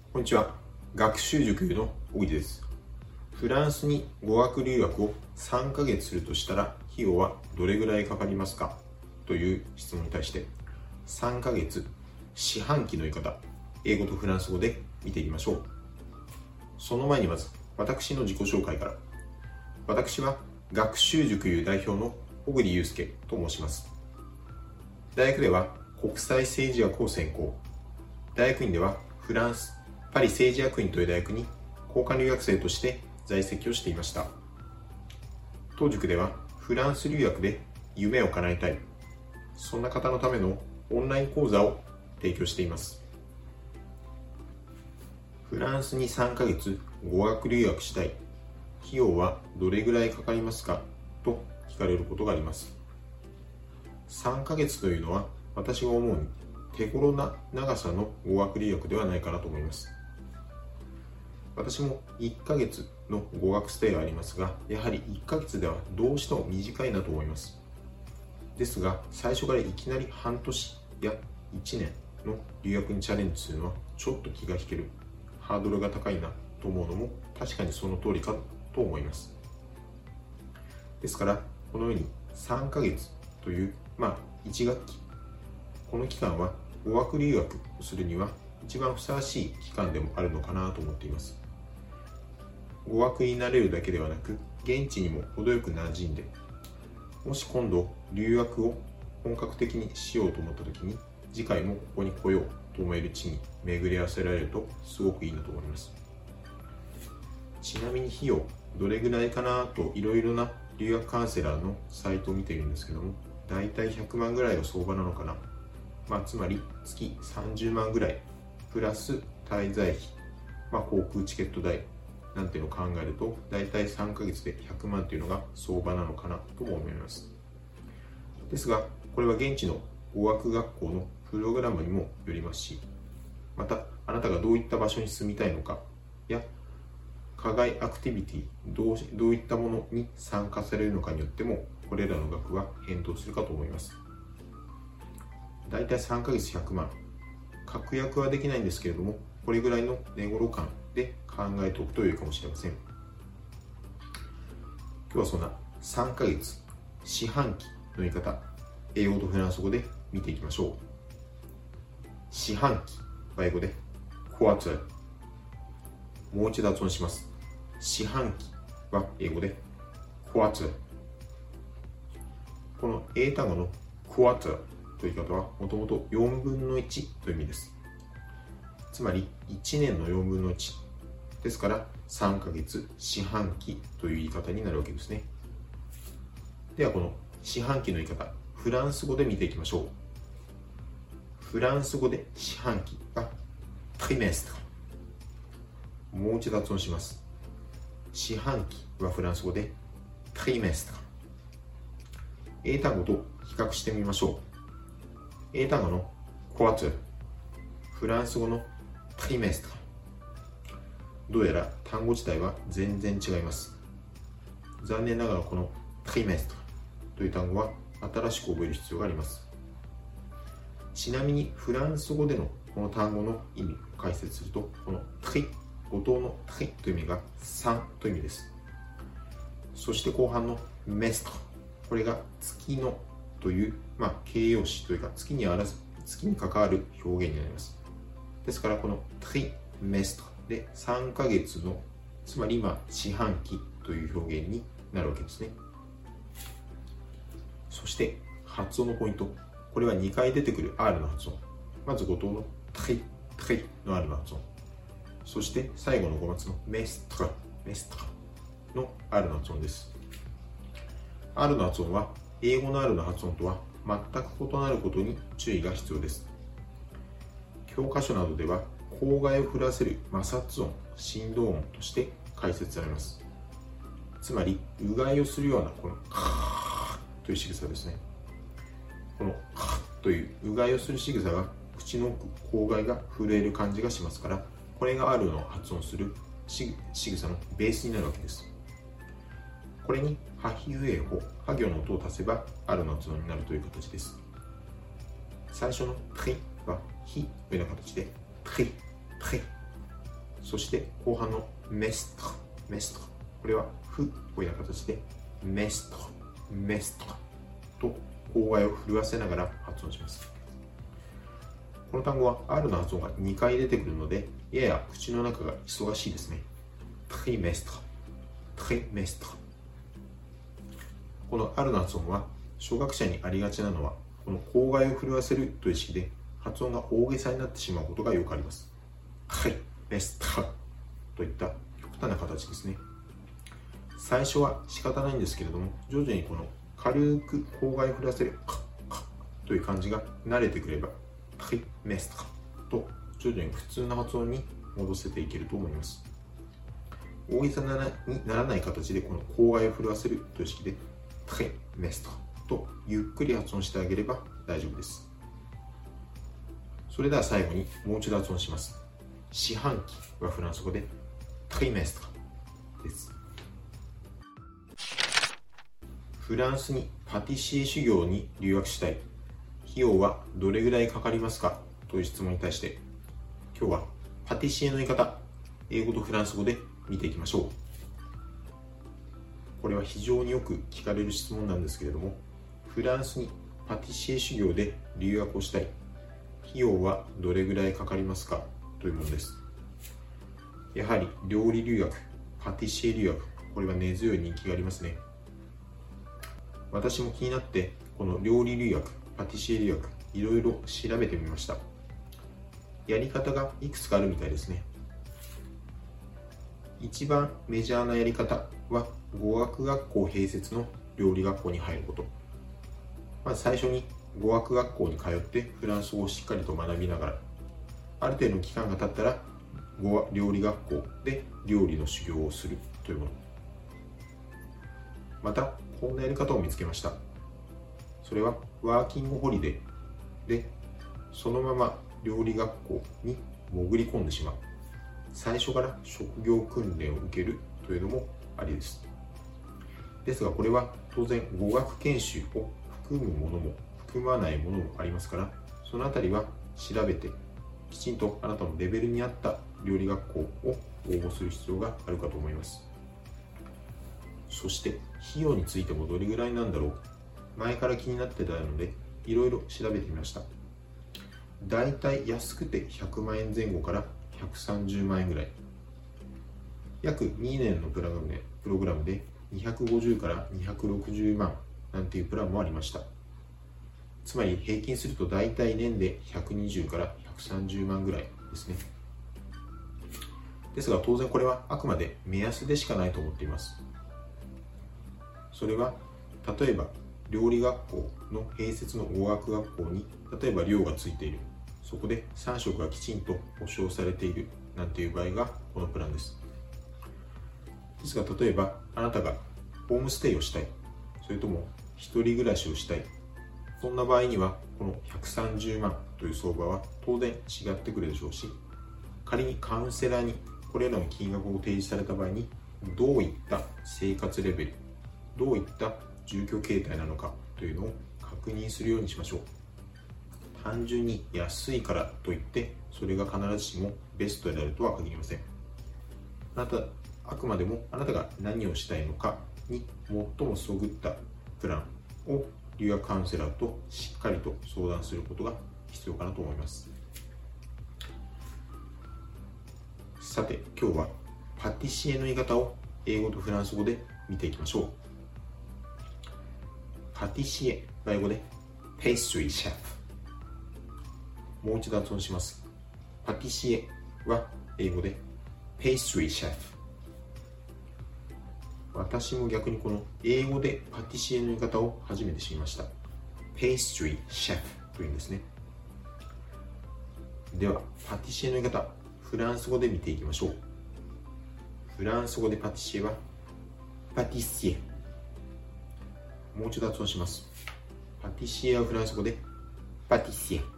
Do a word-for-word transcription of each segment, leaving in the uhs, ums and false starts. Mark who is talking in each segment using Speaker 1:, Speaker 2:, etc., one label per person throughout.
Speaker 1: こんにちは。学習塾の小木です。フランスに語学留学をさんかげつするとしたら費用はどれぐらいかかりますかという質問に対してさんかげつ四半期の言い方、英語とフランス語で見ていきましょう。その前にまず私の自己紹介から。私は学習塾代表の小栗祐介と申します。大学では国際政治学を専攻、大学院ではフランスパリ政治学院という大学に交換留学生として在籍をしていました。当塾ではフランス留学で夢を叶えたい、そんな方のためのオンライン講座を提供しています。フランスにさんかげつ語学留学したい、費用はどれぐらいかかりますかと聞かれることがあります。さんかげつというのは私が思うに手頃な長さの語学留学ではないかなと思います。私もいっかげつの語学ステイはありますが、やはりいっかげつではどうしても短いなと思います。ですが、最初からいきなり半年やいちねんの留学にチャレンジするのはちょっと気が引ける、ハードルが高いなと思うのも確かにその通りかと思います。ですから、このようにさんかげつという、まあいちがっき、この期間は語学留学をするには一番ふさわしい期間でもあるのかなと思っています。語学になれるだけではなく、現地にも程よく馴染んで、もし今度留学を本格的にしようと思った時に、次回もここに来ようと思える地に巡り合わせられるとすごくいいなと思います。ちなみに費用どれぐらいかなといろいろな留学カウンセラーのサイトを見ているんですけども、だいたいひゃくまんぐらいが相場なのかな。まあ、つまり月さんじゅうまんぐらいプラス滞在費、まあ、航空チケット代なんていうのを考えると、だいたいさんかげつでひゃくまんというのが相場なのかなとも思います。ですが、これは現地の語学学校のプログラムにもよりますし、またあなたがどういった場所に住みたいのかや、課外アクティビティどう、どういったものに参加されるのかによっても、これらの額は変動するかと思います。だいたいさんかげつひゃくまん、確約はできないんですけれども、これぐらいの値頃感で考えておくと良いかもしれません。今日はそんなさんかげつ四半期の言い方、英語とフランス語で見ていきましょう。四半期は英語でクワーター、もう一度発音します。四半期は英語でクワーター。この英単語のクワーターという言い方はもともとよんぶんのいちという意味です。つまりいちねんのよんぶんのいちですから、さんかげつ四半期という言い方になるわけですね。ではこの四半期の言い方、フランス語で見ていきましょう。フランス語で四半期はトリメストル。もう一度発音します。四半期はフランス語でトリメストル。英単語と比較してみましょう。英単語のクワーター、フランス語のトリメストル。どうやら単語自体は全然違います。残念ながらこのトリメストルという単語は新しく覚える必要があります。ちなみにフランス語でのこの単語の意味を解説すると、このトリ、語頭のトリという意味がさんという意味です。そして後半のメストル、これが月のという、まあ、形容詞というか月にあらず月に関わる表現になります。ですからこのトリメストルでさんかげつの、つまり今四半期という表現になるわけですね。そして発音のポイント、これはにかい出てくる R の発音。まず語頭のトリ、トリの R の発音。そして最後の語末のメストル、メストルの R の発音です。R の発音は英語の R の発音とは全く異なることに注意が必要です。教科書などでは口外を振らせる摩擦音、振動音として解説されます。つまりうがいをするようなこのカーという仕草ですね。このカーといううがいをする仕草が口の奥、口外が震える感じがしますから、これが R の発音する仕草のベースになるわけです。これにハヒフエホ、ハ行の音を足せば R の発音になるという形です。最初のトリはヒというような形でトリ、トリそして後半のメスト、メスト。これはフっぽいような形でメスト、メストと口外を震わせながら発音します。この単語は R の発音がにかい出てくるので、やや口の中が忙しいですね。トリメスト、トリメスト。この R の発音は小学者にありがちなのは、この口外を震わせるという意識で発音が大げさになってしまうことがよくあります。トリメストといった極端な形ですね。最初は仕方ないんですけれども、徐々にこの軽く口外を震わせるカッカッという感じが慣れてくれば、トリメストと徐々に普通の発音に戻せていけると思います。大げさにならない形でこの口外を震わせるという意識でトリメストとゆっくり発音してあげれば大丈夫です。それでは最後にもう一度発音します。四半期はフランス語でトリメストです。フランスにパティシエ修行に留学したい。費用はどれぐらいかかりますかという質問に対して、今日はパティシエの言い方、英語とフランス語で見ていきましょう。これは非常によく聞かれる質問なんですけれども、フランスにパティシエ修行で留学をしたい。費用はどれぐらいかかりますかというものです。やはり料理留学、パティシエ留学、これは根強い人気がありますね。私も気になってこの料理留学、パティシエ留学、いろいろ調べてみました。やり方がいくつかあるみたいですね。一番メジャーなやり方は語学学校併設の料理学校に入ること。まず最初に語学学校に通ってフランス語をしっかりと学びながら、ある程度の期間が経ったら語料理学校で料理の修行をするというもの。またこんなやり方を見つけました。それはワーキングホリデーでそのまま料理学校に潜り込んでしまう。最初から職業訓練を受けるというのもありです。ですがこれは当然語学研修を含むものも含まないものもありますから、そのあたりは調べてきちんとあなたのレベルに合った料理学校を応募する必要があるかと思います。そして費用についてもどれぐらいなんだろう、前から気になってたのでいろいろ調べてみました。だいたい安くてひゃくまんえんぜん後からひゃくさんじゅうまんえんぐらい、約にねんのプログラムで、プログラムでにひゃくごじゅうからにひゃくろくじゅうまんなんていうプランもありました。つまり平均するとだいたい年でひゃくにじゅうからひゃくさんじゅうまんぐらいですね。ですが当然これはあくまで目安でしかないと思っています。それは例えば料理学校の併設の語学学校に例えば寮がついている、そこでさん食がきちんと保証されているなんていう場合がこのプランです。ですが例えばあなたがホームステイをしたい、それとも一人暮らしをしたい、そんな場合にはこのひゃくさんじゅうまんという相場は当然違ってくるでしょうし、仮にカウンセラーにこれらの金額を提示された場合にどういった生活レベル、どういった住居形態なのかというのを確認するようにしましょう。単純に安いからといってそれが必ずしもベストであるとは限りません。あなた、あくまでもあなたが何をしたいのかに最もそぐったプランを留学カウンセラーとしっかりと相談することが必要かなと思います。さて今日はパティシエの言い方を英語とフランス語で見ていきましょう。パティシエは英語で Pastry Chef。 もう一度発音します。パティシエは英語で Pastry Chef。 私も逆にこの英語でパティシエの言い方を初めて知りました。 Pastry Chef というんですね。ではパティシエの言い方、フランス語で見ていきましょう。フランス語でパティシエはパティシエ。もう一度発音します。パティシエはフランス語でパティシエ。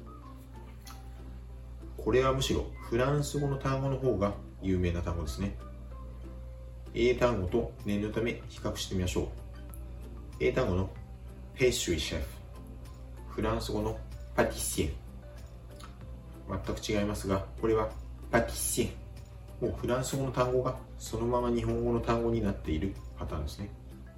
Speaker 1: これはむしろフランス語の単語の方が有名な単語ですね。英単語と念のため比較してみましょう。英単語のペーストリーシェフ、フランス語のパティシエ。全く違いますが、これはパティシエもうフランス語の単語がそのまま日本語の単語になっているパターンですね。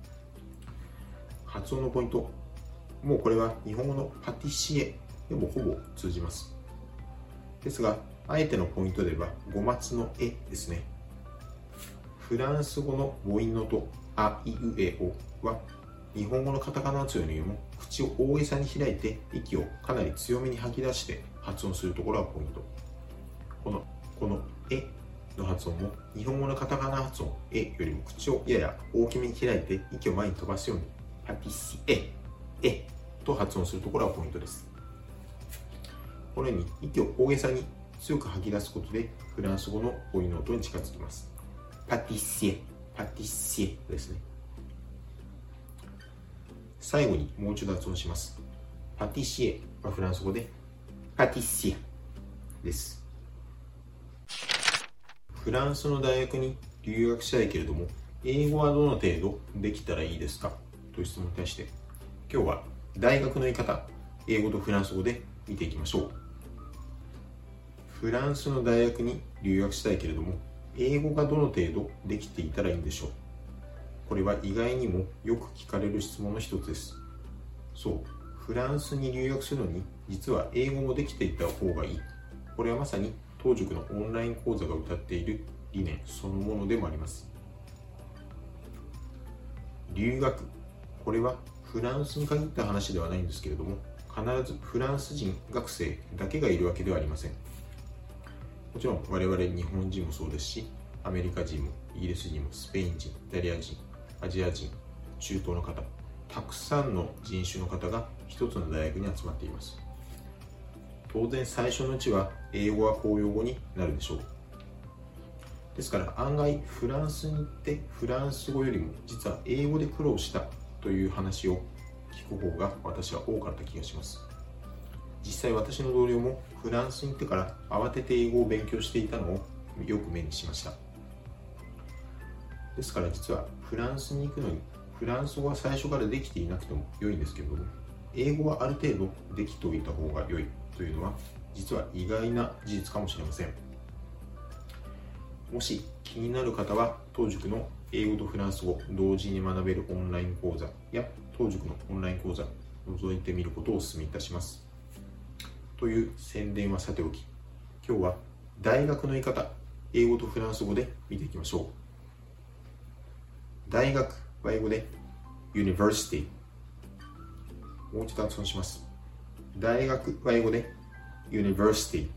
Speaker 1: 発音のポイント、もうこれは日本語のパティシエでもほぼ通じます。ですが、あえてのポイントでは語末のえですね。フランス語の母音のとあいうえおは日本語のカタカナ発音よりも口を大げさに開いて息をかなり強めに吐き出して発音するところがポイント。このこのえの発音も日本語のカタカナ発音えよりも口をやや大きめに開いて息を前に飛ばすようにパティシエえと発音するところがポイントです。このように息を大げさに強く吐き出すことでフランス語の母音の音に近づきます。パティシエ、パティシエですね。最後にもう一度発音します。パティシエはフランス語でパティシエです。フランスの大学に留学したいけれども、英語はどの程度できたらいいですかという質問に対して、今日は大学の言い方、英語とフランス語で見ていきましょう。フランスの大学に留学したいけれども、英語がどの程度できていたらいいんでしょう。これは意外にもよく聞かれる質問の一つです。そう、フランスに留学するのに実は英語もできていた方がいい。これはまさに当塾のオンライン講座が謳っている理念そのものでもあります。留学、これはフランスに限った話ではないんですけれども、必ずフランス人学生だけがいるわけではありません。もちろん我々日本人もそうですし、アメリカ人もイギリス人もスペイン人、イタリア人、アジア人、中東の方、たくさんの人種の方が一つの大学に集まっています。当然最初のうちは英語は公用語になるでしょう。ですから案外フランスに行ってフランス語よりも実は英語で苦労したという話を聞く方が私は多かった気がします。実際私の同僚もフランスに行ってから慌てて英語を勉強していたのをよく目にしました。ですから実はフランスに行くのにフランス語は最初からできていなくても良いんですけれども、英語はある程度できておいた方が良いというのは実は意外な事実かもしれません。もし気になる方は当塾の英語とフランス語同時に学べるオンライン講座や当塾のオンライン講座を覗いてみることをお勧めいたします。という宣伝はさておき、今日は大学の言い方、英語とフランス語で見ていきましょう。大学は英語で University。 もう一度発音します。大学は英語で University。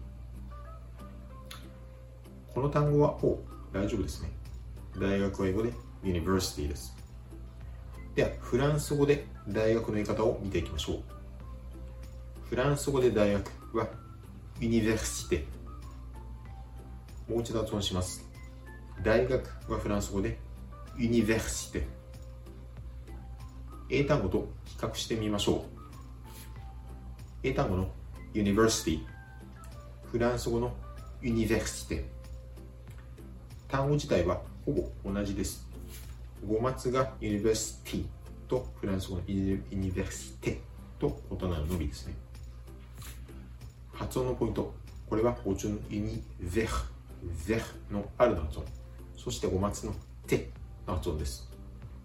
Speaker 1: この単語はお大丈夫ですね。大学は英語で University です。ではフランス語で大学の言い方を見ていきましょう。フランス語で大学は Université。 もう一度発音します。大学はフランス語で Université。 英単語と比較してみましょう。英単語の University、 フランス語の Université。 単語自体はほぼ同じです。語末が University とフランス語の Université と異なるのみですね。発音のポイント、これは語中のユニヴェル、ヴェルのあるの発音、そして語末のテの発音です。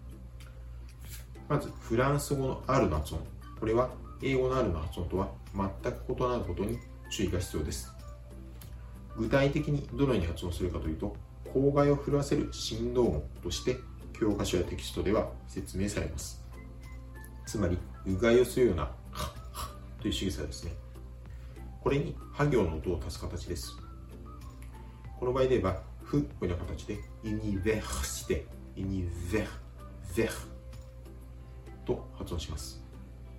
Speaker 1: まずフランス語のあるの発音、これは英語のあるの発音とは全く異なることに注意が必要です。具体的にどのように発音するかというと、口外を震わせる振動音として教科書やテキストでは説明されます。つまりうがいをするようなハッハッという仕草ですね。これにハ行の音を足す形です。この場合ではフのような形でユニヴェルシテ、ユニヴェル、ヴェルと発音します。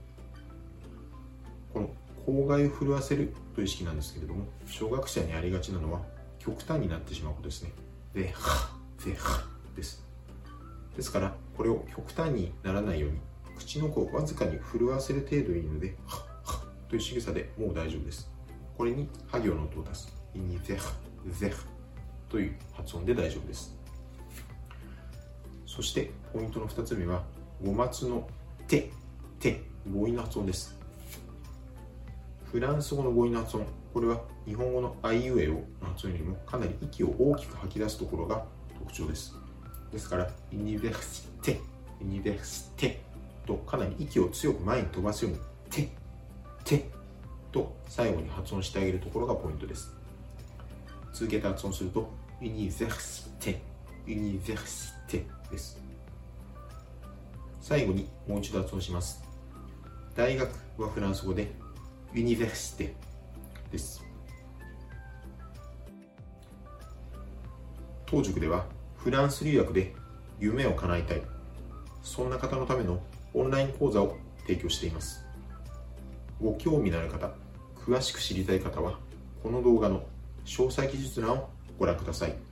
Speaker 1: この口外を震わせるという意識なんですけれども、小学生にありがちなのは極端になってしまうことですね。ヴェル、ヴェルです。ですからこれを極端にならないように口の甲をわずかに震わせる程度いいので、ハッハッという仕草でもう大丈夫です。これにハ行の音を足すユニヴェル、ヴェルという発音で大丈夫です。そしてポイントのふたつめは語末のて、て、母音の発音です。 フランス語の母音の発音、これは日本語のあいうえおの発音よりもかなり息を大きく吐き出すところが特徴です。ですから、ユニベルシテ、ユニベルシテとかなり息を強く前に飛ばすように、テ、テと最後に発音してあげるところがポイントです。続けて発音すると、ユニベルシテ、ユニベルシテです。最後にもう一度発音します。大学はフランス語で、ユニベルシテです。当塾ではフランス留学で夢を叶えたい、そんな方のためのオンライン講座を提供しています。ご興味のある方、詳しく知りたい方はこの動画の詳細記述欄をご覧ください。